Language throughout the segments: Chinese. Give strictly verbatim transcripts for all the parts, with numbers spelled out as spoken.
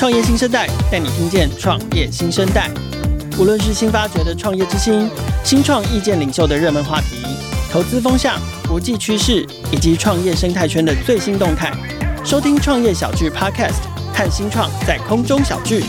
创业新生代带你听见创业新生代，无论是新发掘的创业之星、新创意见领袖的热门话题、投资风向、国际趋势以及创业生态圈的最新动态，收听创业小聚 Podcast， 和新创在空中小聚。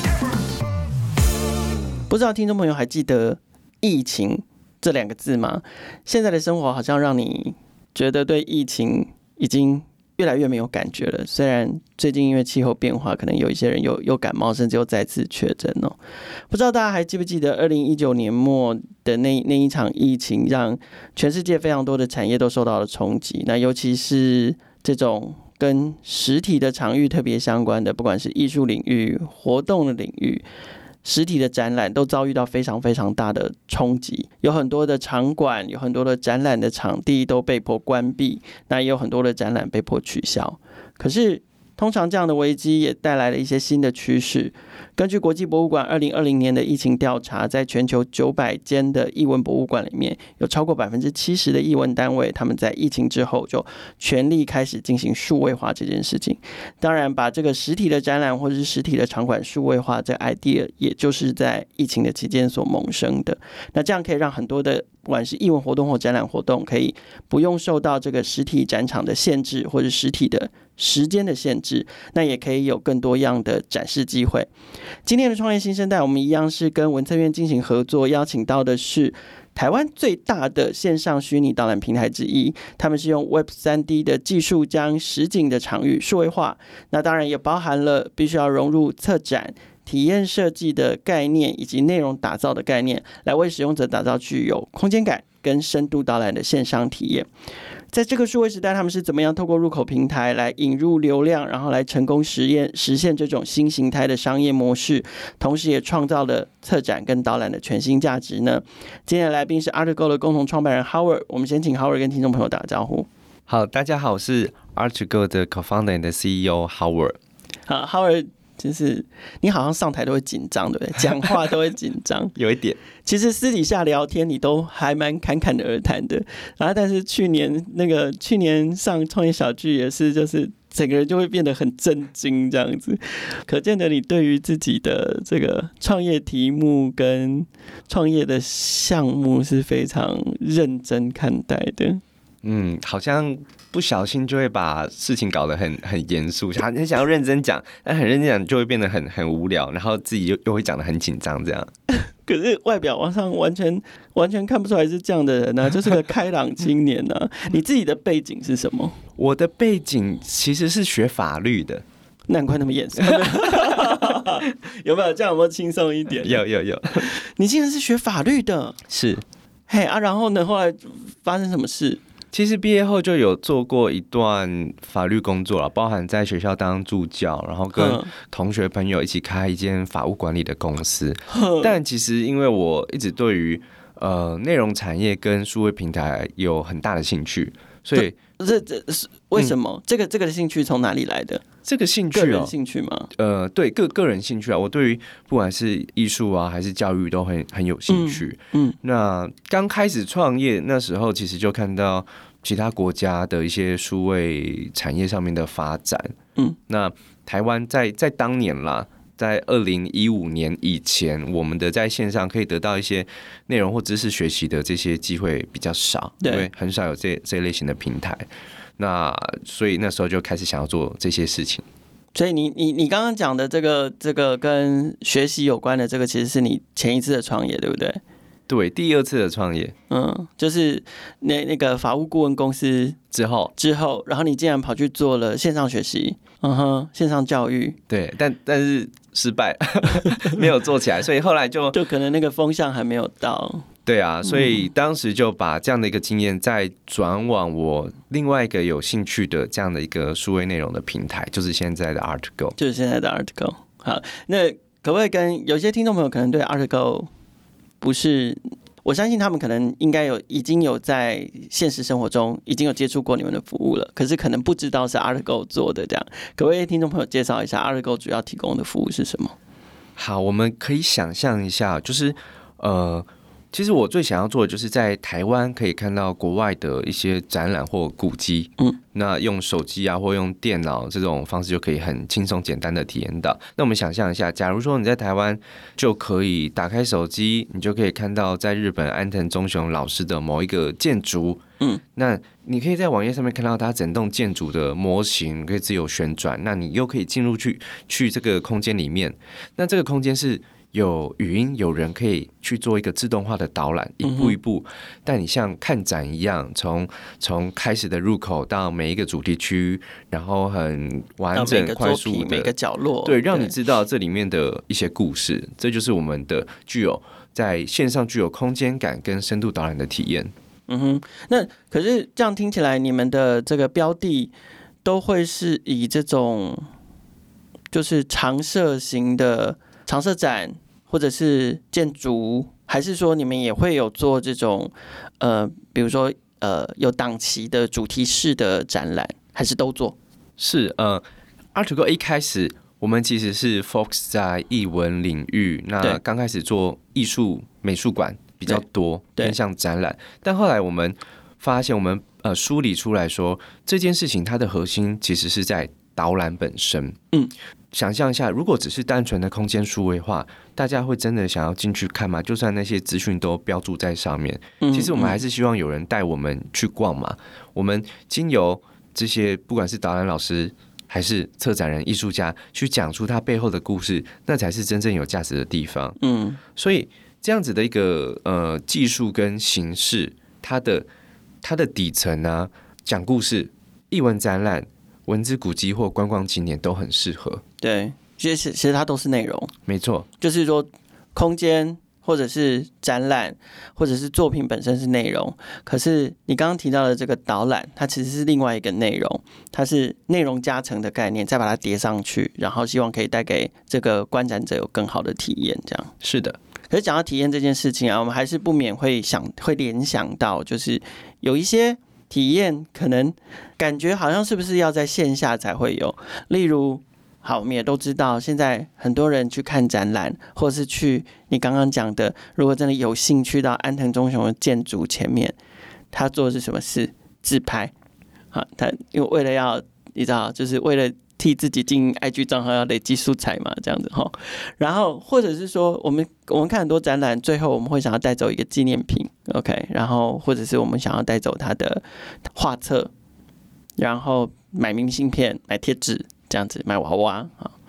不知道听众朋友还记得疫情这两个字吗？现在的生活好像让你觉得对疫情已经越来越没有感觉了。虽然最近因为气候变化，可能有一些人又又感冒，甚至又再次确诊哦。不知道大家还记不记得二零一九年末的那那一场疫情，让全世界非常多的产业都受到了冲击。那尤其是这种跟实体的场域特别相关的，不管是艺术领域、活动的领域。实体的展览都遭遇到非常非常大的冲击，有很多的场馆，有很多的展览的场地都被迫关闭，那也有很多的展览被迫取消。可是通常这样的危机也带来了一些新的趋势。根据国际博物馆二零二零年的疫情调查，在全球九百间的艺文博物馆里面，有超过百分之七十的艺文单位，他们在疫情之后就全力开始进行数位化这件事情。当然，把这个实体的展览或者是实体的场馆数位化，这个 idea 也就是在疫情的期间所萌生的。那这样可以让很多的不管是艺文活动或展览活动，可以不用受到这个实体展场的限制，或者实体的时间的限制，那也可以有更多样的展示机会。今天的创业新生代，我们一样是跟文策院进行合作，邀请到的是台湾最大的线上虚拟导览平台之一，他们是用 Web 三 D 的技术将实景的场域数位化，那当然也包含了必须要融入策展、体验设计的概念以及内容打造的概念，来为使用者打造具有空间感跟深度导览的线上体验。在这个数位时代，他们是怎么样透过入口平台来引入流量，然后来成功实验实现这种新形态的商业模式，同时也创造了策展跟导览的全新价值呢？今天的来宾是 ArtGo 的共同创办人 Howard， 我们先请 Howard 跟听众朋友打个招呼。 好，大家好，我是 ArtGo 的 Co-founder 的 C E O Howard。 好 ，Howard。就是你好像上台都会紧张，对不对？讲话都会紧张， 有一点。 其实私底下聊天你都还蛮侃侃而谈的，然后但是去年那个去年上创业小聚也是，就是整个人就会变得很震惊这样子。可见得你对于自己的这个创业题目跟创业的项目是非常认真看待的。 嗯，好像不小心就会把事情搞得很很严肃，很想要认真讲，但很认真讲就会变得很很无聊，然后自己又又会讲得很紧张这样。 可是外表往上完全完全看不出来是这样的人啊，就是个开朗青年啊。你自己的背景是什么？ 我的背景其实是学法律的， 难怪那么严肃。有没有这样？有没有轻松一点？ 有有有。 你竟然是学法律的？ 是。 嘿啊，然后呢？后来发生什么事？ 其实毕业后就有做过一段法律工作了，包含在学校当助教，然后跟同学朋友一起开一间法务管理的公司。但其实因为我一直对于呃内容产业跟数位平台有很大的兴趣，所以这这是为什么？嗯、这个这个的兴趣从哪里来的？ 这个兴趣、哦、 个人兴趣吗？ 呃，对，个个人兴趣啊，我对于不管是艺术啊还是教育都很很有兴趣。嗯，嗯那刚开始创业那时候，其实就看到其他国家的一些数位产业上面的发展。嗯，那台湾在在当年啦，在二零一五年以前，我们的在线上可以得到一些内容或知识学习的这些机会比较少，因为很少有这这类型的平台。那所以那时候就开始想要做这些事情。 所以你你你刚刚讲的这个这个跟学习有关的这个，其实是你前一次的创业，对不对？ 对，第二次的创业， 嗯，就是那那个法务顾问公司之后之后，然后你竟然跑去做了线上学习，嗯哼，线上教育， 对，但但是失败，没有做起来，所以后来就就可能那个风向还没有到。 对啊，所以当时就把这样的一个经验再转往我另外一个有兴趣的这样的一个数位内容的平台，就是现在的 ArtGo， 就是现在的 ArtGo。好，那可不可以跟有些听众朋友可能对 ArtGo 不是，我相信他们可能应该有已经有在现实生活中已经有接触过你们的服务了，可是可能不知道是 ArtGo 做的这样，可不可以听众朋友介绍一下 ArtGo 主要提供的服务是什么？ 好，我们可以想象一下，就是呃。 其实我最想要做的就是在台湾可以看到国外的一些展览或古迹，嗯，那用手机啊或用电脑这种方式就可以很轻松简单的体验到。那我们想象一下，假如说你在台湾就可以打开手机，你就可以看到在日本安藤忠雄老师的某一个建筑，嗯，那你可以在网页上面看到它整栋建筑的模型，可以自由旋转，那你又可以进入去去这个空间里面，那这个空间是有语音，有人可以去做一个自动化的导览，一步一步带你像看展一样，从从开始的入口到每一个主题区，然后很完整、快速的每个角落， 对，让你知道这里面的一些故事。这就是我们的具有在线上具有空间感跟深度导览的体验。 嗯哼，那可是这样听起来，你们的这个标的都会是以这种就是常设型的常设展，或者是建筑，还是说你们也会有做这种呃，比如说呃有档期的主题式的展览，还是都做？ 是呃 ，Art to Go 一开始我们其实是 focus 在艺文领域，那刚开始做艺术美术馆比较多，偏向展览，但后来我们发现，我们呃梳理出来说，这件事情它的核心其实是在导览本身。嗯，想象一下，如果只是单纯的空间数位化，大家会真的想要进去看吗？就算那些资讯都标注在上面，其实我们还是希望有人带我们去逛嘛。我们经由这些不管是导览老师还是策展人、艺术家，去讲出他背后的故事，那才是真正有价值的地方。嗯，所以这样子的一个呃技术跟形式，它的它的底层呢，讲故事、艺文展览、文字古迹或观光景点都很适合。 对，其实其实它都是内容， 没错， 就是说空间或者是展览或者是作品本身是内容，可是你刚刚提到的这个导览，它其实是另外一个内容，它是内容加成的概念，再把它叠上去，然后希望可以带给这个观展者有更好的体验。这样是的。 可是讲到体验这件事情啊，我们还是不免会想会联想到，就是有一些体验可能感觉好像是不是要在线下才会有，例如好，我们也都知道，现在很多人去看展览，或是去你刚刚讲的，如果真的有兴趣到安藤忠雄的建筑前面，他做的是什么事？自拍啊，他因为为了要你知道，就是为了替自己经营 I G 账号要累积素材嘛，这样子哈。然后或者是说，我们我们看很多展览，最后我们会想要带走一个纪念品 ，OK， 然后或者是我们想要带走他的画册，然后买明信片、买贴纸。这样子卖娃娃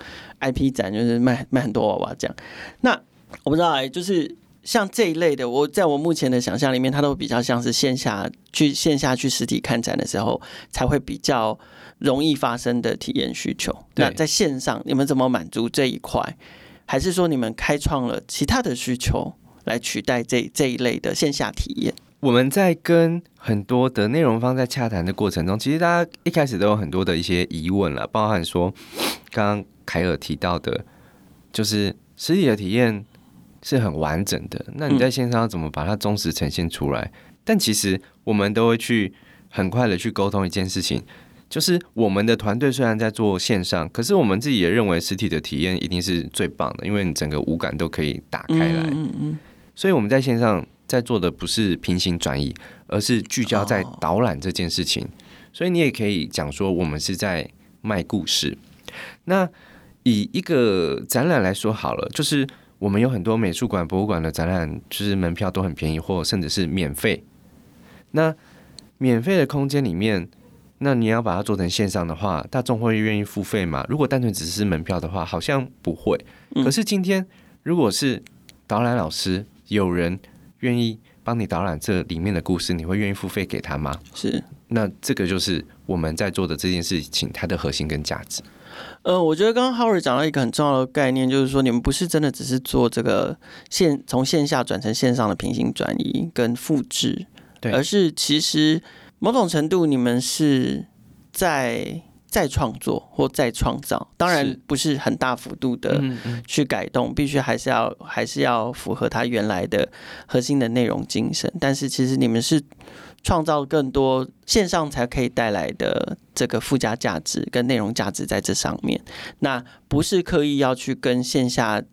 I P 展就是卖卖很多娃娃这样。那我不知道哎、欸，就是像这一类的，我在我目前的想象里面，它都比较像是线下去线下去实体看展的时候才会比较容易发生的体验需求。那在线上你们怎么满足这一块？还是说你们开创了其他的需求来取代这这一类的线下体验？ 我们在跟很多的内容方在洽谈的过程中，其实大家一开始都有很多的一些疑问了，包含说刚刚凯尔提到的，就是实体的体验是很完整的，那你在线上要怎么把它忠实呈现出来？嗯、但其实我们都会去很快的去沟通一件事情，就是我们的团队虽然在做线上，可是我们自己也认为实体的体验一定是最棒的，因为你整个五感都可以打开来。嗯嗯嗯，所以我们在线上在做的不是平行转移，而是聚焦在导览这件事情。Oh. 所以你也可以讲说，我们是在卖故事。那以一个展览来说好了，就是我们有很多美术馆、博物馆的展览，就是门票都很便宜，或甚至是免费。那免费的空间里面，那你要把它做成线上的话，大众会愿意付费吗？如果单纯只是门票的话，好像不会。可是今天如果是导览老师，有人愿意帮你导览这里面的故事，你会愿意付费给他吗？ 是， 那这个就是我们在做的这件事情，它的核心跟价值。 呃，我觉得刚刚 Howard 讲到一个很重要的概念，就是说你们不是真的只是做这个线从线下转成线上的平行转移跟复制，对，而是其实某种程度你们是在再创作或再创造，当然不是很大幅度的去改动，必须还是要还是要符合它原来的核心的内容精神。但是其实你们是创造更多线上才可以带来的这个附加价值跟内容价值在这上面，那不是刻意要去跟线下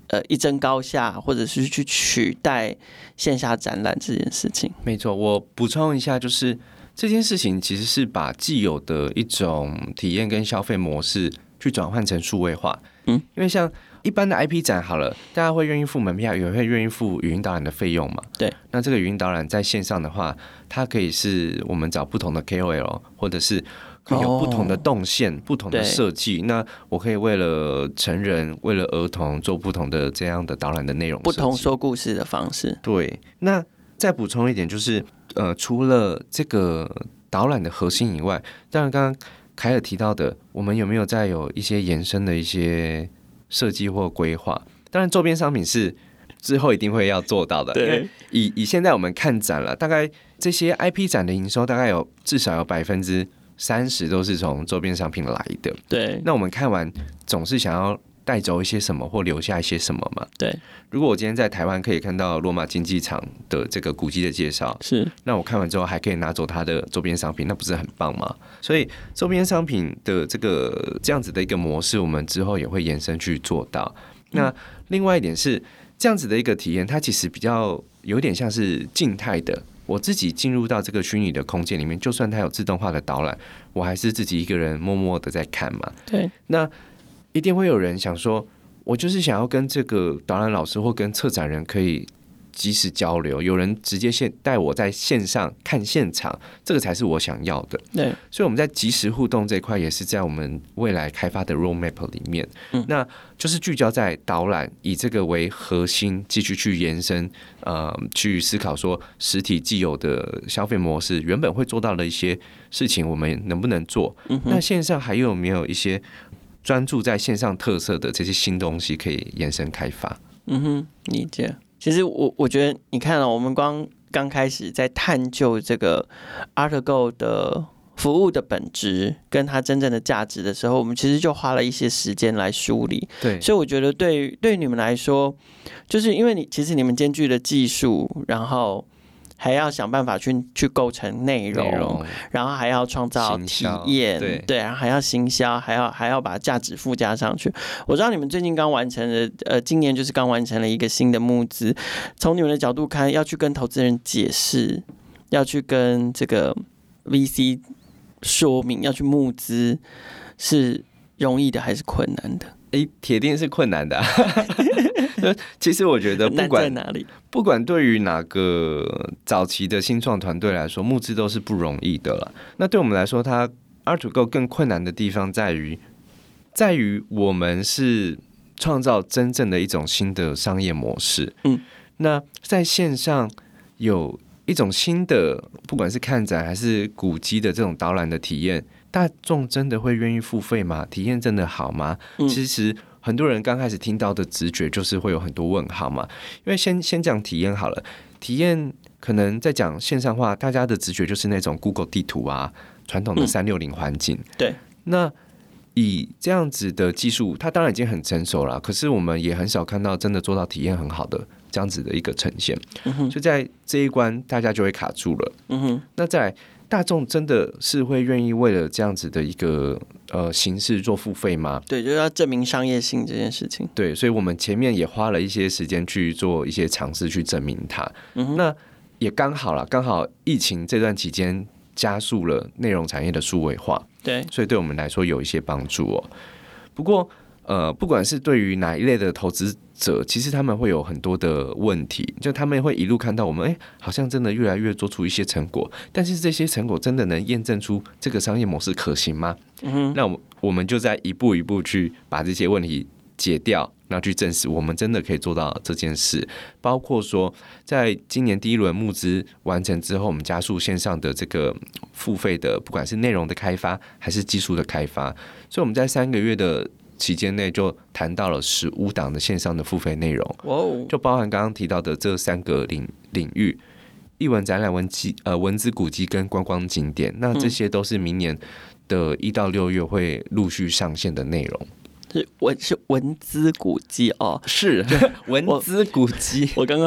呃一争高下，或者是去取代线下展览这件事情。 没错，我补充一下，就是这件事情其实是把既有的一种体验跟消费模式去转换成数位化。嗯，因为像一般的 I P 展好了，大家会愿意付门票，也会愿意付语音导览的费用嘛。 对， 那这个语音导览在线上的话，它可以是我们找不同的 K O L， 或者是可以有不同的动线、哦、不同的设计。那我可以为了成人、为了儿童做不同的这样的导览的内容， 不同说故事的方式。 对，那再补充一点，就是呃，除了这个导览的核心以外，当然刚刚凯尔提到的，我们有没有再有一些延伸的一些设计或规划？当然，周边商品是之后一定会要做到的。因为以以现在我们看展了，大概这些 I P 展的营收，大概有至少有百分之三十都是从周边商品来的。 对， 那我们看完总是想要带走一些什么或留下一些什么嘛？ 对。 如果我今天在台湾可以看到罗马竞技场的这个古迹的介绍， 是， 那我看完之后还可以拿走它的周边商品，那不是很棒吗？所以周边商品的这个这样子的一个模式，我们之后也会延伸去做到。那另外一点是，这样子的一个体验，它其实比较有点像是静态的。我自己进入到这个虚拟的空间里面，就算它有自动化的导览，我还是自己一个人默默的在看嘛。 对， 那一定会有人想说，我就是想要跟这个导览老师或跟策展人可以即时交流，有人直接线带我在线上看现场，这个才是我想要的。 对， 所以我们在即时互动这一块也是在我们未来开发的 roadmap 里面，嗯、那就是聚焦在导览，以这个为核心，继续去延伸，呃，去思考说实体既有的消费模式原本会做到的一些事情，我们能不能做？嗯、那线上还有没有一些专注在线上特色的这些新东西可以延伸开发？ 嗯哼，理解。其实我我觉得，你看了、哦，我们光刚开始在探究这个 ARTGO 的服务的本质跟它真正的价值的时候，我们其实就花了一些时间来梳理。 对， 所以我觉得对于对于你们来说，就是因为你其实你们兼具了技术，然后还要想办法去去构成内 容, 内容，然后还要创造体验， 对对，然后还要行销，还要还要把价值附加上去。我知道你们最近刚完成了，呃，今年就是刚完成了一个新的募资。从你们的角度看，要去跟投资人解释，要去跟这个 V C 说明，要去募资，是容易的还是困难的？ 哎，铁定是困难的、啊。其实我觉得不管在哪里， 不管对于哪个早期的新创团队来说，募资都是不容易的了。那对我们来说，它 ARTGO 更困难的地方在于，在于我们是创造真正的一种新的商业模式。嗯，那在线上有一种新的，不管是看展还是古迹的这种导览的体验，大众真的会愿意付费吗？体验真的好吗？嗯、其实。很多人刚开始听到的直觉就是会有很多问号嘛，因为先先讲体验好了，体验可能在讲线上化，大家的直觉就是那种 Google 地图啊，传统的三六零环境、嗯。对，那以这样子的技术，它当然已经很成熟了，可是我们也很少看到真的做到体验很好的这样子的一个呈现，嗯、所以在这一关大家就会卡住了。嗯哼，那再来。大众真的是会愿意为了这样子的一个呃形式做付费吗？ 对，就是要证明商业性这件事情。 对，所以我们前面也花了一些时间去做一些尝试去证明它。嗯、那也刚好啦，刚好疫情这段期间加速了内容产业的数位化， 对， 所以对我们来说有一些帮助哦。不过呃，不管是对于哪一类的投资者，其实他们会有很多的问题，就他们会一路看到我们，哎，好像真的越来越做出一些成果，但是这些成果真的能验证出这个商业模式可行吗？嗯哼，那我们我们就在一步一步去把这些问题解掉，然后去证实我们真的可以做到这件事。包括说，在今年第一轮募资完成之后，我们加速线上的这个付费的，不管是内容的开发还是技术的开发，所以我们在三个月的期间内就谈到了十五档的线上的付费内容， wow. 就包含刚刚提到的这三个 领, 领域，艺文展览、文基呃文资古迹跟观光景点，那这些都是明年的一到六月会陆续上线的内容。 是文是文资古迹哦， 是文资古迹。 我刚刚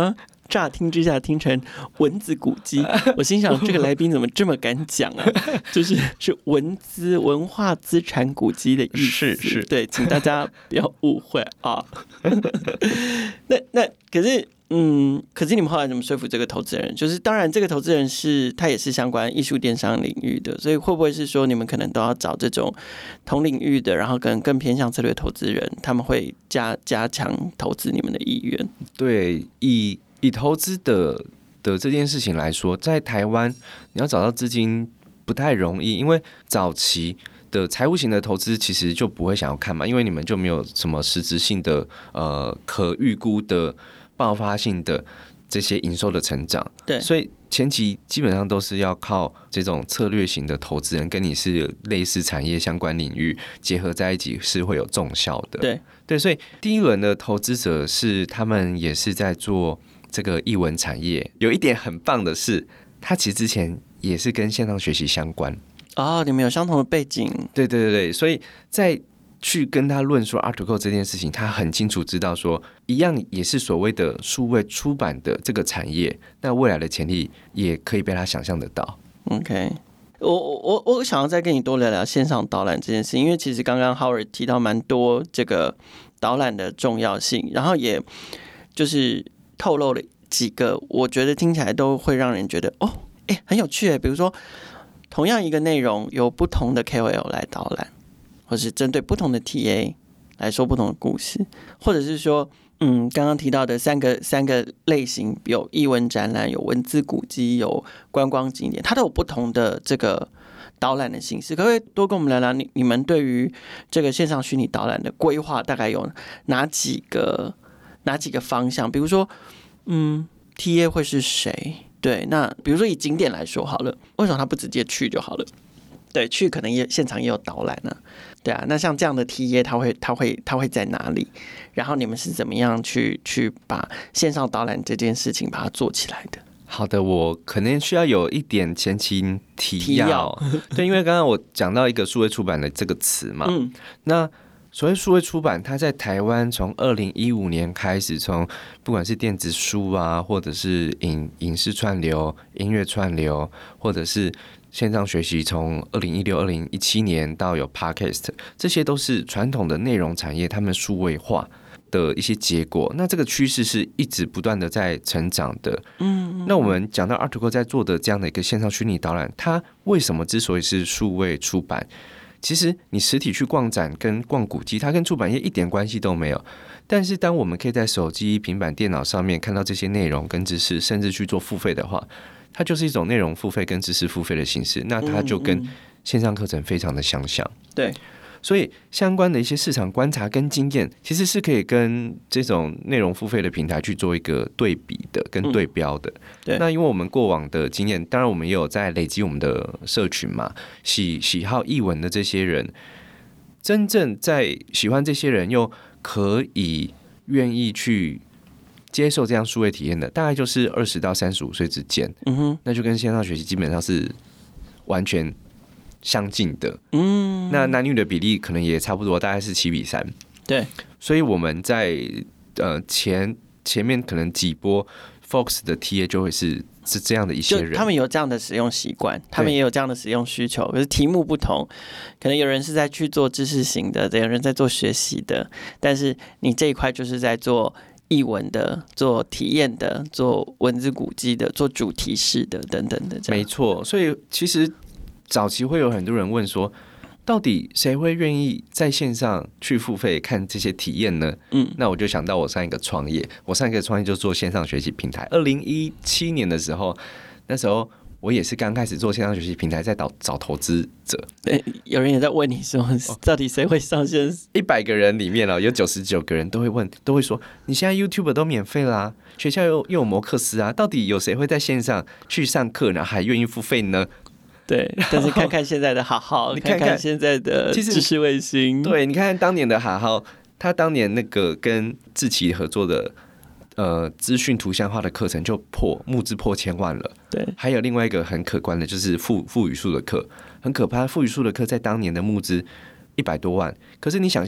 乍听之下听成文字古迹，我心想这个来宾怎么这么敢讲啊？就是是文资文化资产古迹的意思， 是是， 对，请大家不要误会啊。那那可是。嗯，可是你们后来怎么说服这个投资人？就是当然，这个投资人是他也是相关艺术电商领域的，所以会不会是说你们可能都要找这种同领域的，然后可能更偏向策略投资人，他们会加加强投资你们的意愿？ 对，以以投资的的这件事情来说，在台湾你要找到资金不太容易，因为早期的财务型的投资其实就不会想要看嘛，因为你们就没有什么实质性的呃可预估的。爆发性的这些营收的成长， 对， 所以前期基本上都是要靠这种策略型的投资人，跟你是类似产业相关领域结合在一起，是会有重效的。 对对，所以第一轮的投资者是他们也是在做这个艺文产业。有一点很棒的是，他其实之前也是跟线上学习相关。 哦，你们有相同的背景。 对对对对，所以在去跟他论说 Art to Go 这件事情，他很清楚知道说，一样也是所谓的数位出版的这个产业，那未来的潜力也可以被他想象得到。 OK， 我我我想要再跟你多聊聊线上导览这件事，因为其实刚刚 Howard 提到蛮多这个导览的重要性，然后也就是透露了几个，我觉得听起来都会让人觉得哦，哎，很有趣哎，比如说同样一个内容，有不同的 K O L 来导览。或是针对不同的 T A 来说不同的故事，或者是说，嗯，刚刚提到的三个三个类型，有艺文展览、有文字古迹、有观光景点，它都有不同的这个导览的形式。可不可以多跟我们聊聊你你们对于这个线上虚拟导览的规划，大概有哪几个哪几个方向？比如说，嗯 ，T A 会是谁？对，那比如说以景点来说好了，为什么他不直接去就好了？对，去可能也现场也有导览啊，对啊，那像这样的 T A 它会它会它会在哪里？然后你们是怎么样去去把线上导览这件事情把它做起来的？ 好的，我可能需要有一点前情提要，对，因为刚刚我讲到一个数位出版的这个词嘛，嗯，那所谓数位出版，它在台湾从二零一五年开始，从不管是电子书啊，或者是影影视串流、音乐串流，或者是线上学习，从二零一六、二零一七年到有 Podcast， 这些都是传统的内容产业他们数位化的一些结果。那这个趋势是一直不断的在成长的。嗯，那我们讲到 Art to Go 在做的这样的一个线上虚拟导览，它为什么之所以是数位出版？其实你实体去逛展跟逛古迹，它跟出版业一点关系都没有。但是当我们可以在手机、平板电脑上面看到这些内容跟知识，甚至去做付费的话，它就是一种内容付费跟知识付费的形式，那它就跟线上课程非常的相像。 对， 所以相关的一些市场观察跟经验，其实是可以跟这种内容付费的平台去做一个对比的跟对标的。嗯、对，那因为我们过往的经验，当然我们也有在累积我们的社群嘛，喜喜好艺文的这些人，真正在喜欢这些人又可以愿意去接受这样数位体验的，大概就是二十到三十五岁之间，嗯哼，那就跟线上学习基本上是完全相近的，嗯，那男女的比例可能也差不多，大概是七比三， 对， 所以我们在呃前前面可能几波 Fox 的 T A 就会是是这样的一些人， 他们有这样的使用习惯，他们也有这样的使用需求，可是题目不同，可能有人是在去做知识型的，有人在做学习的，但是你这一块就是在做艺文的、做体验的、做文字古迹的、做主题式的等等的， 没错。所以其实早期会有很多人问说，到底谁会愿意在线上去付费看这些体验呢？嗯，那我就想到我上一个创业，我上一个创业就做线上学习平台。二零一七年的时候，那时候我也是刚开始做线上学习平台，在找找投资者。 对，有人也在问你说，到底谁会上线？ 一百个人里面哦，有九十九个人都会问，都会说，你现在 YouTube 都免费啦、啊，学校又又有摩课斯啊，到底有谁会在线上去上课，然后还愿意付费呢？ 对，但是看看现在的好好，看看现在的知识卫星， 对，你看当年的好好，他当年那个跟志祺合作的呃资讯图像化的课程就破募资破千万了。 对， 还有另外一个很可观的就是副副语数的课，很可怕，副语数的课在当年的募资一百多万，可是你想象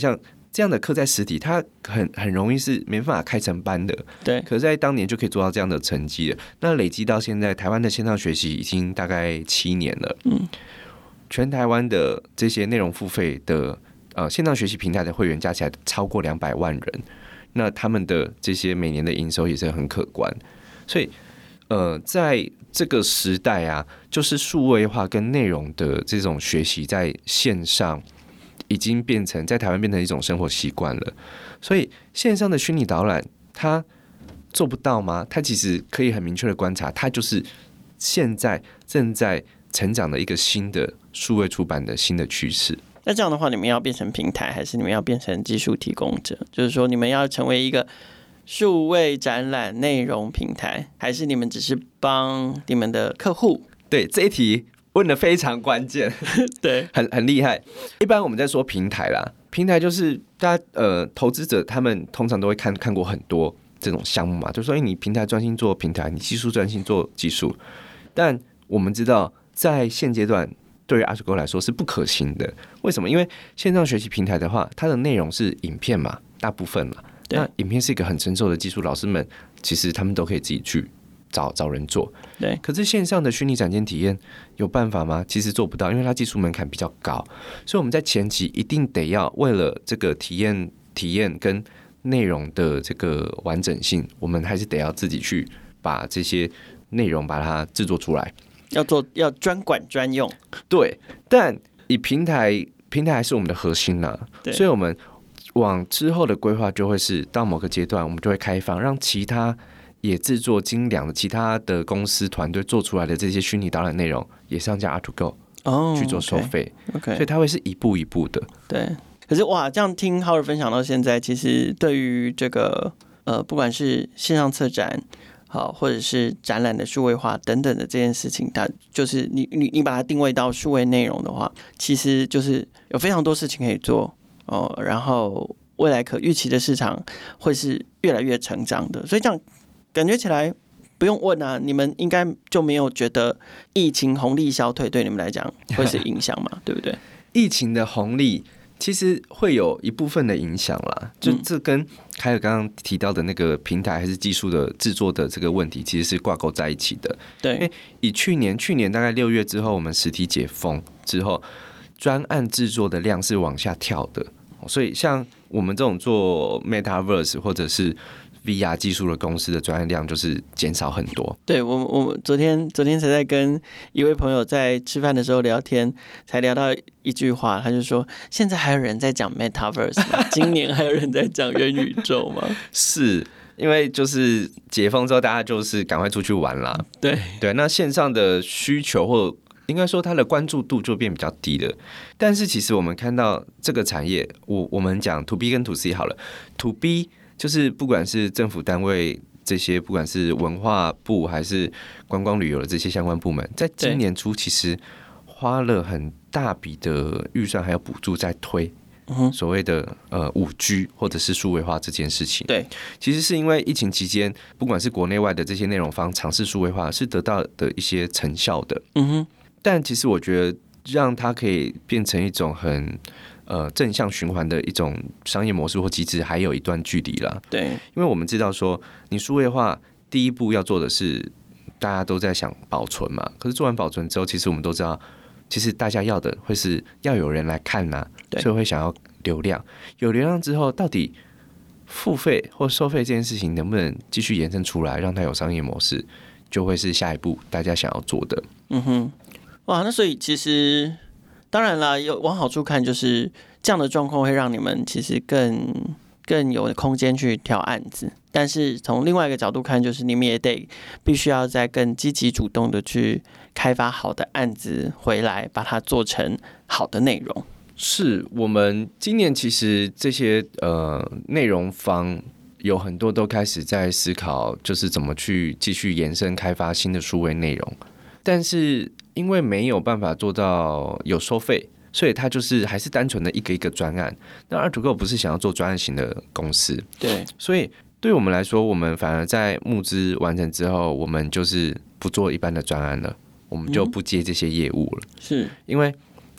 这样的课在实体，它很很容易是没办法开成班的。 对， 可是在当年就可以做到这样的成绩了。那累积到现在，台湾的线上学习已经大概七年了。嗯，全台湾的这些内容付费的呃线上学习平台的会员加起来超过两百万人，那他们的这些每年的营收也是很可观。所以，呃，在这个时代啊，就是数位化跟内容的这种学习在线上已经变成在台湾变成一种生活习惯了。所以线上的虚拟导览它做不到吗？它其实可以很明确的观察，它就是现在正在成长的一个新的数位出版的新的趋势。 那这样的话，你们要变成平台，还是你们要变成技术提供者？就是说，你们要成为一个数位展览内容平台，还是你们只是帮你们的客户？ 对，这一题问得非常关键， 对， 很很厉害。一般我们在说平台啦，平台就是大家呃投资者他们通常都会看看过很多这种项目嘛，就说你平台专心做平台，你技术专心做技术。但我们知道，在现阶段对于 ARTTO GO 来说是不可行的。为什么？因为线上学习平台的话，它的内容是影片嘛，大部分嘛。那影片是一个很成熟的技术，老师们其实他们都可以自己去找找人做。 对， 可是线上的虚拟展间体验有办法吗？其实做不到，因为它技术门槛比较高。所以我们在前期一定得要为了这个体验、体验跟内容的这个完整性，我们还是得要自己去把这些内容把它制作出来， 要做要专管专用。 对，但以平台平台还是我们的核心啦，所以我们往之后的规划就会是到某个阶段，我们就会开放，让其他也制作精良的其他的公司团队做出来的这些虚拟导览内容，也上架 ARTTO GO 去做收费。 Oh, okay. Okay. 所以它会是一步一步的。 对，可是哇，这样听浩尔分享到现在，其实对于这个呃，不管是线上策展，好，或者是展览的数位化等等的这件事情，它就是你你你把它定位到数位内容的话，其实就是有非常多事情可以做哦，然后未来可预期的市场会是越来越成长的，所以这样感觉起来不用问啊，你们应该就没有觉得疫情红利消退对你们来讲会是影响嘛？对不对？ 疫情的红利其实会有一部分的影响啦，就这跟凯尔刚刚提到的那个平台还是技术的制作的这个问题，其实是挂钩在一起的。 对， 因为以去年去年大概六月之后，我们实体解封之后，专案制作的量是往下跳的，所以像我们这种做 Metaverse 或者是V R 技术的公司的专案量就是减少很多。 对，我我昨天昨天才在跟一位朋友在吃饭的时候聊天，才聊到一句话，他就说：“现在还有人在讲 Metaverse 吗？今年还有人在讲元宇宙吗？” 是因为就是解封之后，大家就是赶快出去玩啦。 对对，那线上的需求或应该说它的关注度就变比较低了。但是其实我们看到这个产业，我我们讲 To B 跟 To C 好了 ，To B。就是不管是政府单位这些，不管是文化部还是观光旅游的这些相关部门，在今年初其实花了很大笔的预算还有补助在推所谓的呃五 G 或者是数位化这件事情。 对， 其实是因为疫情期间，不管是国内外的这些内容方尝试数位化，是得到的一些成效的。嗯哼，但其实我觉得让它可以变成一种很呃，正向循环的一种商业模式或机制，还有一段距离啦。 对， 因为我们知道说，你数位化第一步要做的是，大家都在想保存嘛。可是做完保存之后，其实我们都知道，其实大家要的会是要有人来看呐、啊，所以会想要流量。有流量之后，到底付费或收费这件事情能不能继续延伸出来，让它有商业模式，就会是下一步大家想要做的。 嗯哼，哇，那所以其实。当然啦，有往好处看，就是这样的状况会让你们其实更更有空间去挑案子。但是从另外一个角度看，就是你们也得必须要再更积极主动的去开发好的案子回来，把它做成好的内容。 是我们今年其实这些呃内容方有很多都开始在思考，就是怎么去继续延伸开发新的数位内容，但是。因为没有办法做到有收费，所以它就是还是单纯的一个一个专案。那 ARTTO GO 不是想要做专案型的公司， 对， 所以对我们来说，我们反而在募资完成之后，我们就是不做一般的专案了，我们就不接这些业务了。 是因为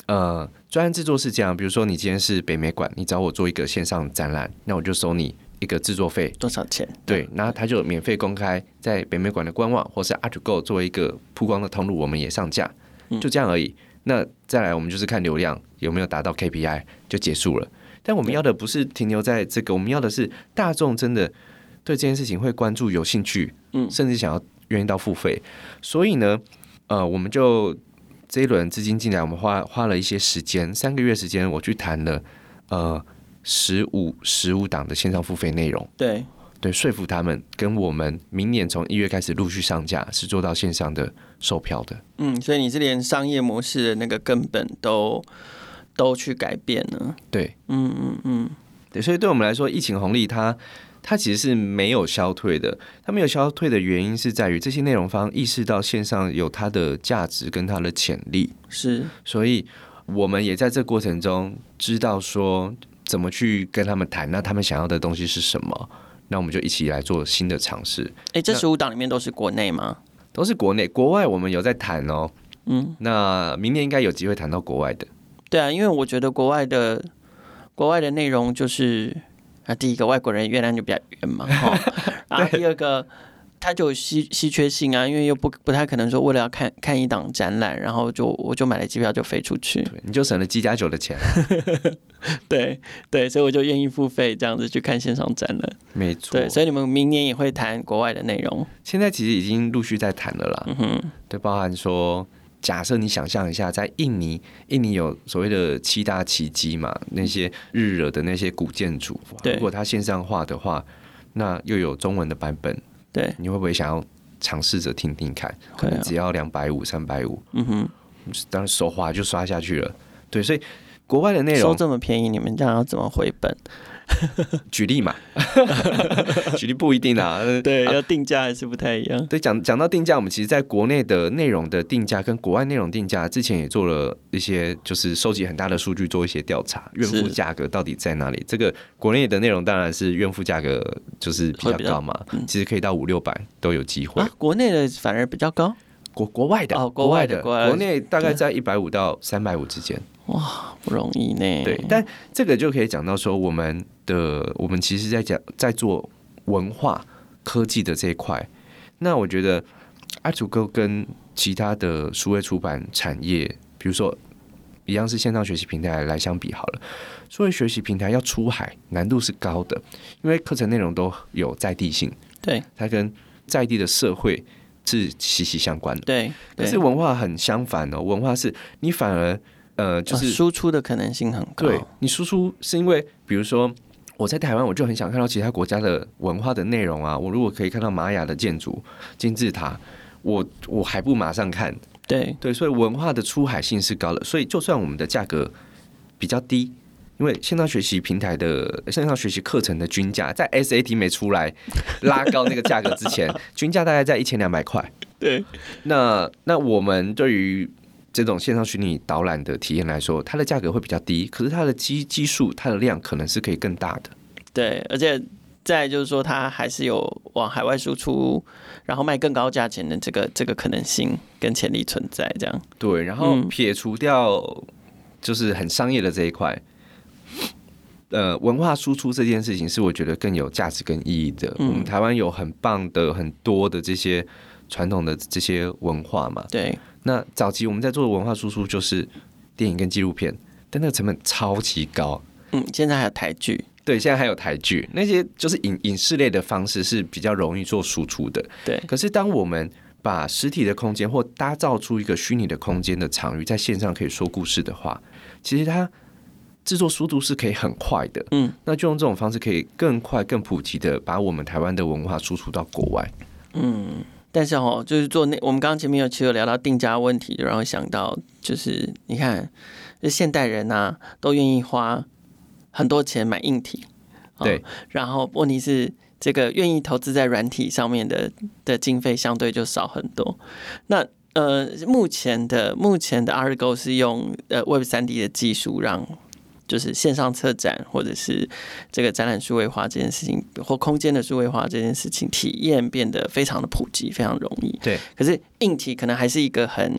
呃，专案制作是这样，比如说你今天是北美馆，你找我做一个线上展览，那我就收你一个制作费， 多少钱？ 对，那他就免费公开在北美馆的官网或是 Art to Go 作为一个曝光的通路，我们也上架，就这样而已。那再来，我们就是看流量有没有达到 K P I 就结束了。但我们要的不是停留在这个，我们要的是大众真的对这件事情会关注、有兴趣，嗯，甚至想要愿意到付费。所以呢，呃，我们就这一轮资金进来，我们花花了一些时间，三个月时间，我去谈了呃十五十五档的线上付费内容， 对对，说服他们跟我们明年从一月开始陆续上架，是做到线上的售票的。 嗯，所以你是连商业模式的那个根本都。都去改变了， 对， 嗯嗯嗯， 对，所以对我们来说，疫情红利它它其实是没有消退的。它没有消退的原因是在于这些内容方意识到线上有它的价值跟它的潜力， 是，所以我们也在这过程中知道说怎么去跟他们谈，那他们想要的东西是什么，那我们就一起来做新的尝试。 哎，这十五档里面都是国内吗？ 都是国内，国外我们有在谈哦。嗯，那明年应该有机会谈到国外的。 对啊，因为我觉得国外的国外的内容就是啊，第一个外国人月亮就比较圆嘛，然后第二个它就有稀稀缺性啊，因为又不不太可能说为了要看看一档展览，然后就我就买了机票就飞出去， 你就省了机加酒的钱。 对对，所以我就愿意付费这样子去看线上展览。 没错， 对，所以你们明年也会谈国外的内容？ 现在其实已经陆续在谈了啦。嗯哼，对，包含说。假设你想象一下，在印尼，印尼有所谓的七大奇迹嘛，那些日惹的那些古建筑，如果它线上化的话，那又有中文的版本， 对， 你会不会想要尝试着听听看？可能只要两百五、三百五，嗯哼，当然手滑就刷下去了。对，所以国外的内容收这么便宜，你们这样要怎么回本？ 举例嘛，举例不一定啊。 对，要定价还是不太一样。 对，讲讲到定价，我们其实在国内的内容的定价跟国外内容定价之前也做了一些，就是收集很大的数据，做一些调查，怨妇价格到底在哪里？这个国内的内容当然是怨妇价格就是比较高嘛，嗯、其实可以到五六百都有机会、 啊。国内的反而比较高， 国国外的哦，国外的， 国内大概在一百五到三百五之间。 哇，不容易呢。 对，但这个就可以讲到说，我们的我们其实在讲在做文化科技的这一块。那我觉得Art to Go跟其他的数位出版产业，比如说一样是线上学习平台来相比好了，数位学习平台要出海难度是高的，因为课程内容都有在地性， 对， 它跟在地的社会是息息相关的。 对， 可是文化很相反哦，文化是你反而。呃，就是输出的可能性很高。 对，你输出是因为，比如说我在台湾，我就很想看到其他国家的文化的内容啊。我如果可以看到玛雅的建筑、金字塔，我我还不马上看？ 对对，所以文化的出海性是高的。所以就算我们的价格比较低，因为线上学习平台的线上学习课程的均价，在 S A T 没出来拉高那个价格之前，均价大概在一千两百块。 对， 那那我们对于这种线上虚拟导览的体验来说，它的价格会比较低，可是它的基基数、它的量可能是可以更大的。 对，而且再就是说，它还是有往海外输出，然后卖更高价钱的这个这个可能性跟潜力存在。这样对，然后撇除掉就是很商业的这一块，呃，文化输出这件事情是我觉得更有价值跟意义的。嗯、我们台湾有很棒的、很多的这些传统的这些文化嘛， 对。 那早期我们在做的文化输出就是电影跟纪录片，但那个成本超级高。 嗯，现在还有台剧， 对，现在还有台剧，那些就是影影视类的方式是比较容易做输出的。 对， 可是当我们把实体的空间或打造出一个虚拟的空间的场域，在线上可以说故事的话，其实它制作速度是可以很快的。嗯，那就用这种方式可以更快、更普及的把我们台湾的文化输出到国外。 嗯。但是哦，就是做那我们刚刚前面有其实有聊到定价问题，然后想到就是你看，就现代人啊都愿意花很多钱买硬体， 哦、对， 然后问题是这个愿意投资在软体上面的的经费相对就少很多。那呃，目前的目前的 Art to Go 是用呃 Web 三 D 的技术让。就是线上策展或者是这个展览数位化这件事情，或空间的数位化这件事情，体验变得非常的普及，非常容易。 对， 可是硬体可能还是一个很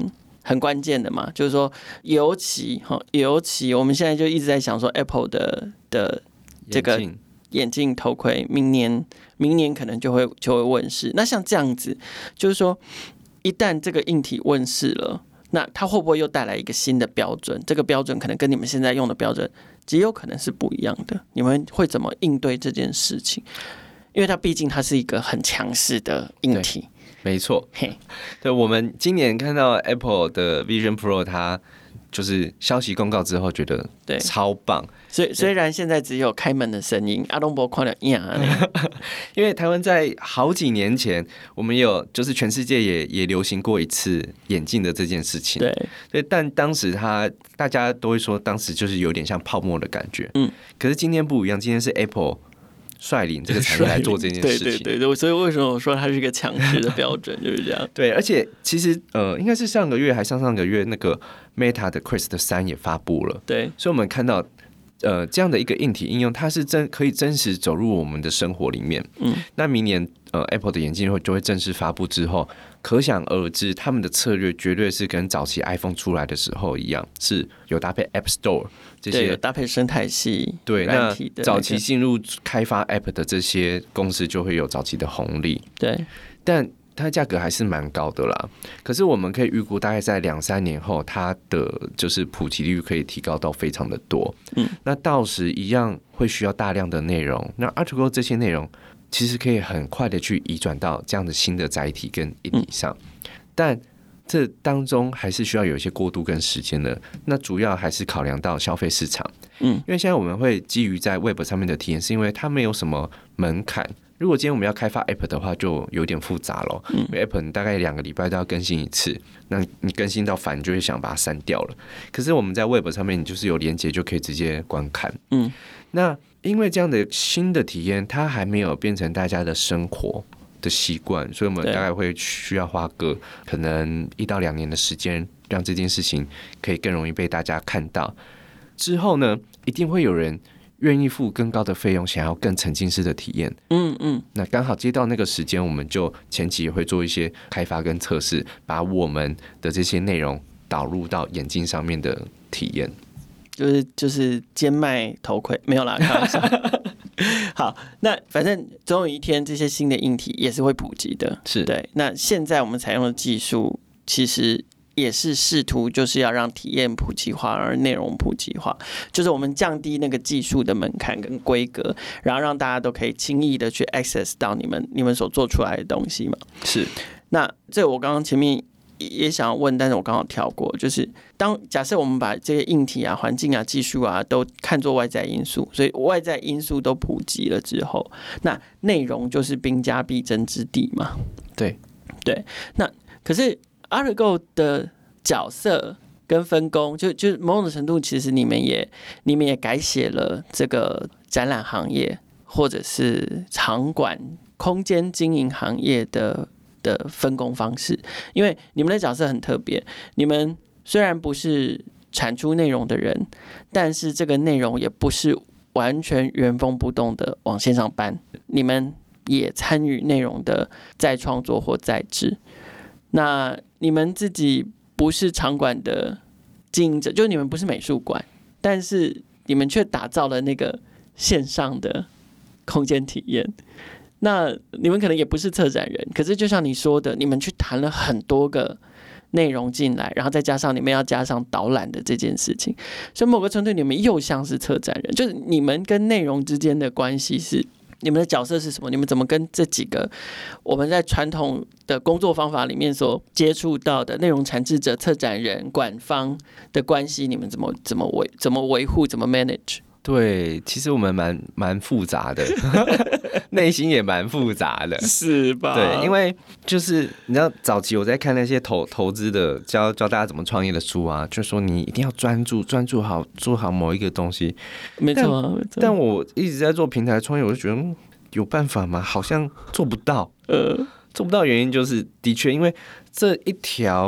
很关键的嘛，就是说，尤其哈，尤其我们现在就一直在想说 Apple 的的这个眼镜头盔，明年明年可能就会就会问世。那像这样子，就是说，一旦这个硬体问世了，那它会不会又带来一个新的标准？这个标准可能跟你们现在用的标准极有可能是不一样的。你们会怎么应对这件事情？因为它毕竟它是一个很强势的硬体。 没错，对，我们今年看到 Apple 的 Vision Pro， 它就是消息公告之后，觉得超棒。 虽虽然现在只有开门的声音，阿东博看了呀， 因为台湾在好几年前，我们有就是全世界也也流行过一次眼镜的这件事情。 对， 对，但当时它大家都会说，当时就是有点像泡沫的感觉。嗯，可是今天不一样，今天是 Apple率领这个产业来做这件事情， 对对对，所以为什么我说它是一个强势的标准，就是这样。 对，而且其实呃，应该是上个月还上上个月，那个 Meta 的 Quest 三也发布了， 对， 所以我们看到呃这样的一个硬体应用，它是真可以真实走入我们的生活里面。嗯，那明年呃 Apple 的眼镜会就会正式发布之后，可想而知，他们的策略绝对是跟早期 iPhone 出来的时候一样，是有搭配 App Store。这些有搭配生态系， 对，那早期进入开发 App 的这些公司就会有早期的红利， 对， 但它价格还是蛮高的啦。可是我们可以预估，大概在两三年后，它的就是普及率可以提高到非常的多。嗯，那到时一样会需要大量的内容，那 ARTGO 这些内容其实可以很快的去移转到这样的新的载体跟硬体上，嗯、但这当中还是需要有一些过渡跟时间的，那主要还是考量到消费市场，嗯，因为现在我们会基于在 Web 上面的体验，是因为它没有什么门槛。如果今天我们要开发 App 的话，就有点复杂了，嗯，因为 App 你大概两个礼拜都要更新一次，那你更新到烦，你就会想把它删掉了。可是我们在 Web 上面，你就是有连结就可以直接观看，嗯，那因为这样的新的体验，它还没有变成大家的生活的习惯，所以我们大概会需要花个可能一到两年的时间，让这件事情可以更容易被大家看到。之后呢，一定会有人愿意付更高的费用，想要更沉浸式的体验。嗯嗯，那刚好接到那个时间，我们就前期也会做一些开发跟测试，把我们的这些内容导入到眼镜上面的体验。 就是就是兼卖头盔，没有啦，开玩笑。好，那反正总有一天这些新的硬体也是会普及的， 是对。那现在我们采用的技术，其实也是试图就是要让体验普及化，而内容普及化，就是我们降低那个技术的门槛跟规格，然后让大家都可以轻易的去 access 到你们你们所做出来的东西嘛。 是。 那这我刚刚前面也想要问，但是我刚好跳过，就是当假设我们把这些硬体啊、环境啊、技术啊都看作外在因素，所以外在因素都普及了之后，那内容就是兵家必争之地嘛。 对对，那可是 ARTGO 的角色跟分工，就就某种程度，其实你们也你们也改写了这个展览行业或者是场馆空间经营行业的。的分工方式，因为你们的角色很特别，你们虽然不是产出内容的人，但是这个内容也不是完全原封不动的往线上搬，你们也参与内容的再创作或再制。那你们自己不是场馆的经营者，就你们不是美术馆，但是你们却打造了那个线上的空间体验。那你们可能也不是策展人，可是就像你说的，你们去谈了很多个内容进来，然后再加上你们要加上导览的这件事情，所以某个程度你们又像是策展人，就是你们跟内容之间的关系是你们的角色是什么？你们怎么跟这几个我们在传统的工作方法里面所接触到的内容产制者、策展人、馆方的关系，你们怎么怎么维怎么维护、怎么 manage？ 对，其实我们蛮蛮复杂的，内心也蛮复杂的， 是吧？ 对，因为就是你知道，早期我在看那些投投资的教教大家怎么创业的书啊，就说你一定要专注专注好做好某一个东西， 没错啊，没错。 但我一直在做平台创业，我就觉得、嗯、有办法吗？好像做不到。呃，做不到的原因就是，的确因为这一条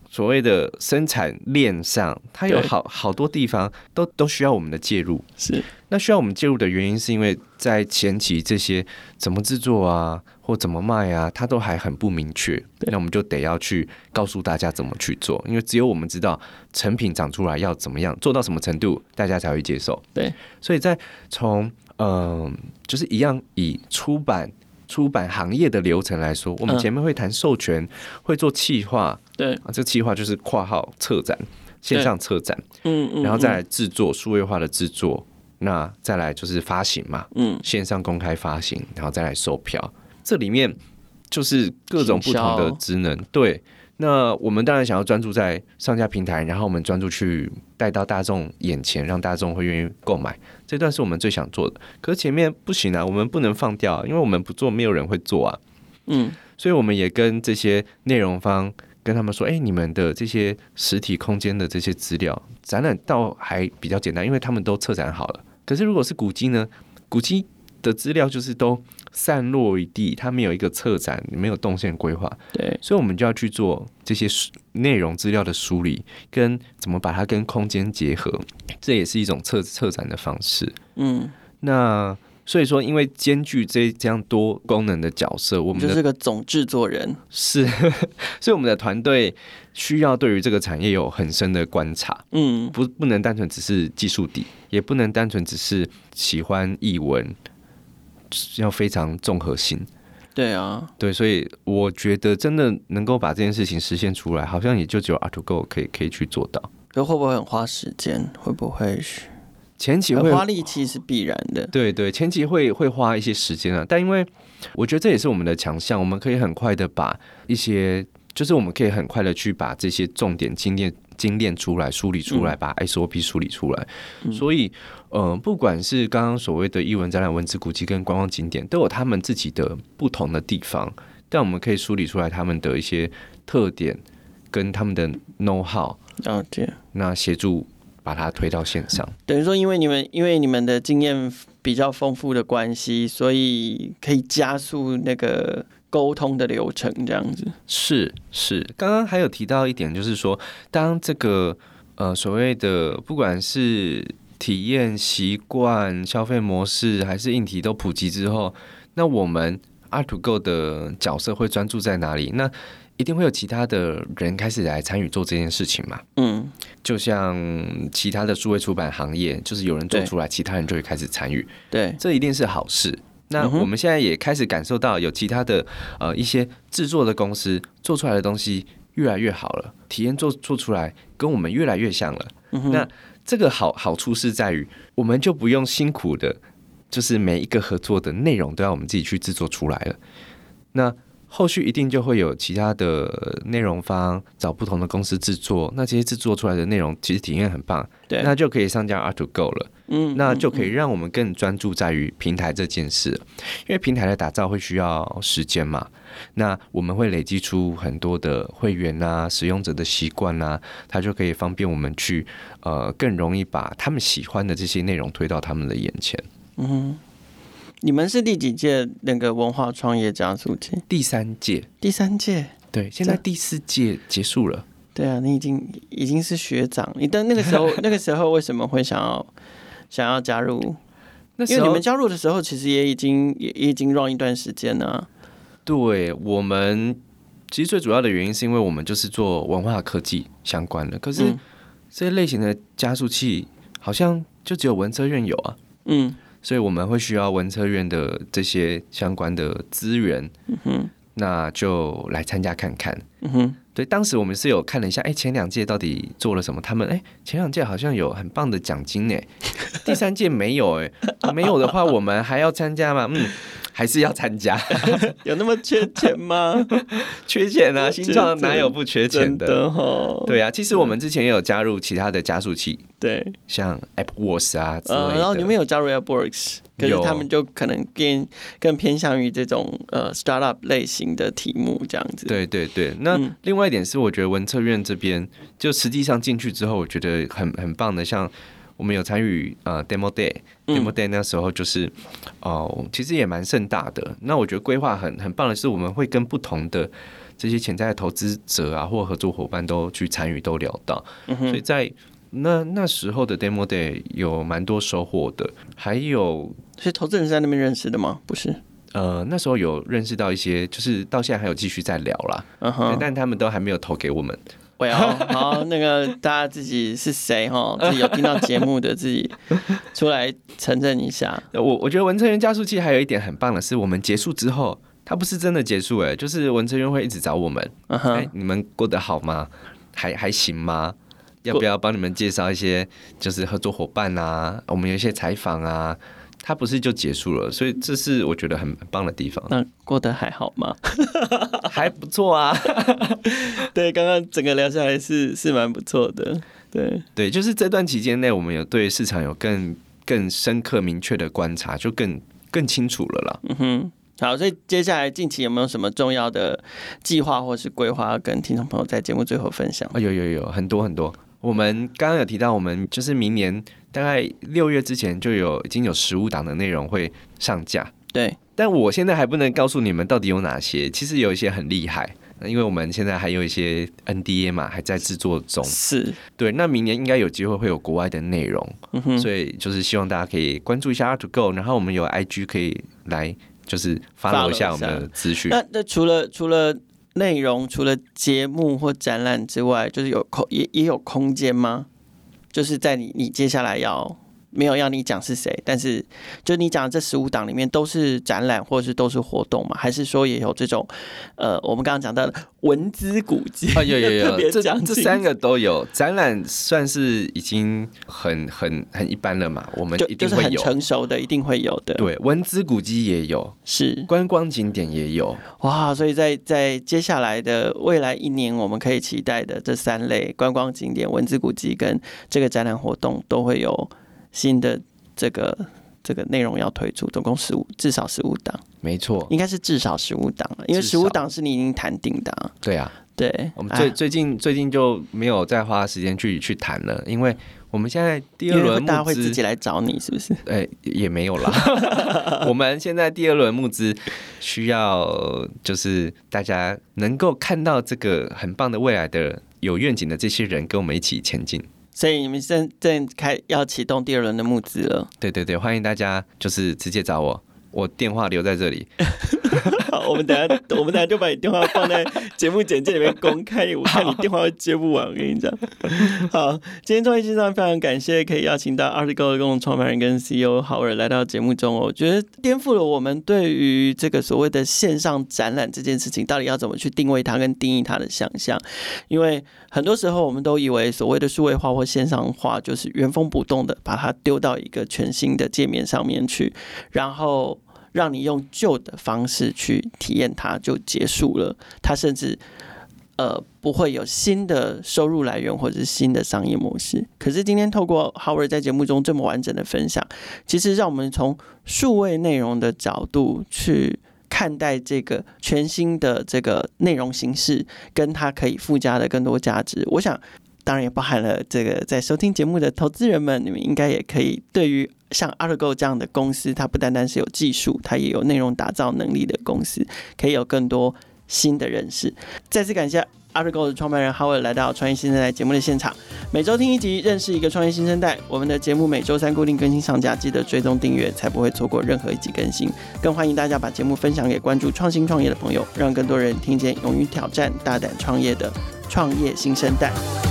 所谓的生产链上，它有好好多地方都都需要我们的介入。 是， 那需要我们介入的原因，是因为在前期这些怎么制作啊，或怎么卖啊，它都还很不明确。那我们就得要去告诉大家怎么去做，因为只有我们知道成品长出来要怎么样，做到什么程度，大家才会接受。 对，所以在从嗯、呃，就是一样以出版。出版行业的流程来说，我们前面会谈授权，嗯、会做企划， 对啊，这企划就是括号策展，线上策展， 嗯嗯， 然后再来制作数位化的制作，那再来就是发行嘛，嗯，线上公开发行，然后再来售票，这里面就是各种不同的职能，对。那我们当然想要专注在上架平台，然后我们专注去带到大众眼前，让大众会愿意购买，这段是我们最想做的。可是前面不行啊，我们不能放掉，因为我们不做，没有人会做啊。嗯，所以我们也跟这些内容方跟他们说，哎、欸，你们的这些实体空间的这些资料展览倒还比较简单，因为他们都策展好了。可是如果是古迹呢，古迹的资料就是都散落一地，它没有一个策展，没有动线规划， 对， 所以我们就要去做这些内容资料的梳理，跟怎么把它跟空间结合，这也是一种策策展的方式。嗯，那所以说，因为兼具这这样多功能的角色，我们就是个总制作人， 是，所以我们的团队需要对于这个产业有很深的观察。嗯，不不能单纯只是技术底，也不能单纯只是喜欢艺文。要非常综合性， 对啊， 对，所以我觉得真的能够把这件事情实现出来，好像也就只有 Art to Go 可以可以去做到。 这会不会很花时间？会不会前期会花力气是必然的？ 对对，前期会会花一些时间啊，但因为我觉得这也是我们的强项，我们可以很快的把一些，就是我们可以很快的去把这些重点精炼精炼出来、梳理出来，把 S O P 梳理出来，嗯、所以。呃，不管是刚刚所谓的艺文展览、文字古迹跟观光景点，都有他们自己的不同的地方，但我们可以梳理出来他们的一些特点跟他们的 know how， 了解， 那协助把它推到线上。 等于说，因为你们因为你们的经验比较丰富的关系，所以可以加速那个沟通的流程，这样子。 是是，刚刚还有提到一点，就是说，当这个呃所谓的不管是体验习惯、消费模式还是硬体都普及之后，那我们 Art to Go 的角色会专注在哪里？那一定会有其他的人开始来参与做这件事情嘛？嗯，就像其他的数位出版行业，就是有人做出来，其他人就会开始参与。 对， 这一定是好事。那我们现在也开始感受到有其他的呃一些制作的公司做出来的东西越来越好了，体验做做出来跟我们越来越像了。嗯、那这个好好处是在于，我们就不用辛苦的，就是每一个合作的内容都要我们自己去制作出来了。那后续一定就会有其他的内容方找不同的公司制作，那这些制作出来的内容其实体验很棒，对，那就可以上架 Art to Go 了。嗯，那就可以让我们更专注在于平台这件事，因为平台的打造会需要时间嘛。那我们会累积出很多的会员啊、使用者的习惯啊，它就可以方便我们去呃更容易把他们喜欢的这些内容推到他们的眼前。 嗯，你们是第几届那个文化创业加速器？ 第三届。 第三届？ 对，现在第四届结束了。 对啊，你已经已经是学长，你的那个时候那个时候为什么会想要想要加入？那因为你们加入的时候，其实也已经也已经 run 一段时间了。 对，我们其实最主要的原因是因为我们就是做文化科技相关的，可是这些类型的加速器好像就只有文策院有啊。嗯，所以我们会需要文策院的这些相关的资源。嗯哼，那就来参加看看。嗯哼。对，当时我们是有看了一下，哎，前两届到底做了什么？他们哎，前两届好像有很棒的奖金哎，第三届没有哎，没有的话，我们还要参加吗？嗯，还是要参加。 有那么缺钱吗？ 缺钱啊，新创哪有不缺钱的？ 真的哦。 对啊，其实我们之前也有加入其他的加速器， 对， 像 AppWorks 啊之类的。 呃，然后你们有加入 AppWorks。可是他们就可能更更偏向于这种呃 startup 类型的题目这样子。 对对对，那另外一点是，我觉得文策院这边就实际上进去之后，我觉得很很棒的，像我们有参与呃 Demo Day，Demo、嗯、Day 那时候就是哦、呃，其实也蛮盛大的。那我觉得规划很很棒的是，我们会跟不同的这些潜在的投资者啊或合作伙伴都去参与，都聊到， 嗯、 所以在那那时候的 Demo Day 有蛮多收获的，还有， 所以投资人是在那边认识的吗？不是。 呃，那时候有认识到一些，就是到现在还有继续在聊啦， 嗯哼， 但他们都还没有投给我们。 喂哦，好，那个大家自己是谁哈？自己有听到节目的自己出来承认一下。 我我觉得文成园加速器还有一点很棒的是，我们结束之后，它不是真的结束哎、欸，就是文成园会一直找我们，哎、uh huh 欸，你们过得好吗？还还行吗？要不要帮你们介绍一些就是合作伙伴啊？我们有一些采访啊。它不是就结束了，所以这是我觉得很很棒的地方。 那过得还好吗？ 还不错啊。 对，刚刚整个聊下来是是蛮不错的。对对，就是这段期间内，我们有对市场有更更深刻、明确的观察，就更更清楚了啦。 嗯哼，好，所以接下来近期有没有什么重要的计划或是规划，跟听众朋友在节目最后分享？ 哦，有有有，很多很多。我们刚刚有提到，我们就是明年大概六月之前就有已经有十五档的内容会上架。 对， 但我现在还不能告诉你们到底有哪些。其实有一些很厉害，因为我们现在还有一些 N D A 嘛，还在制作中。 是， 对，那明年应该有机会会有国外的内容，嗯、所以就是希望大家可以关注一下 R to Go， 然后我们有 I G 可以来就是 follow 一下我们的资讯。 那那除了除了内容，除了节目或展览之外，就是有空也也有空间吗？就是在你你接下来要没有要你讲是谁，但是就你讲的这十五档里面都是展览或者是都是活动吗？还是说也有这种呃我们刚刚讲到的文资古迹？ 啊、哦，有有有，这这三个都有。展览算是已经很很很一般了嘛，我们一定会有， 就是很成熟的，一定会有的。 对，文资古迹也有， 是观光景点也有。 哇，所以在在接下来的未来一年，我们可以期待的这三类观光景点、文资古迹跟这个展览活动都会有新的这个这个内容要推出，总共十五，至少十五档， 没错， 应该是至少十五档了，因为十五档是你已经谈定的、啊。 对啊， 对， 我们最、啊、最近最近就没有再花时间去去谈了，因为我们现在第二轮募资， 大家会自己来找你，是不是？ 哎、欸，也没有啦。我们现在第二轮募资需要就是大家能够看到这个很棒的未来的有愿景的这些人跟我们一起前进。 所以你们正正开要启动第二轮的募资了。 对对对，欢迎大家就是直接找我，我电话留在这里。 好，我们等一下我们等一下就把你电话放在节目简介里面公开，我看你电话会接不完，我跟你讲。好，今天创业线上非常感谢可以邀请到 R to Go 的共同创办人跟 C E O 郝尔来到节目中，我觉得颠覆了我们对于这个所谓的线上展览这件事情到底要怎么去定位它跟定义它的想象，因为很多时候我们都以为所谓的数位化或线上化就是原封不动的把它丢到一个全新的界面上面去，然后让你用旧的方式去体验它就结束了，它甚至呃不会有新的收入来源或者是新的商业模式。可是今天透过 Howard 在节目中这么完整的分享，其实让我们从数位内容的角度去看待这个全新的这个内容形式，跟它可以附加的更多价值。我想当然也包含了这个在收听节目的投资人们，你们应该也可以对于像 R to Go 这样的公司，它不单单是有技术，它也有内容打造能力的公司，可以有更多新的认识。再次感谢 R to Go 的创办人 Howard 来到创业新生代节目的现场，每周听一集，认识一个创业新生代。我们的节目每周三固定更新上架，记得追踪订阅，才不会错过任何一集更新。更欢迎大家把节目分享给关注创新创业的朋友，让更多人听见勇于挑战、大胆创业的创业新生代。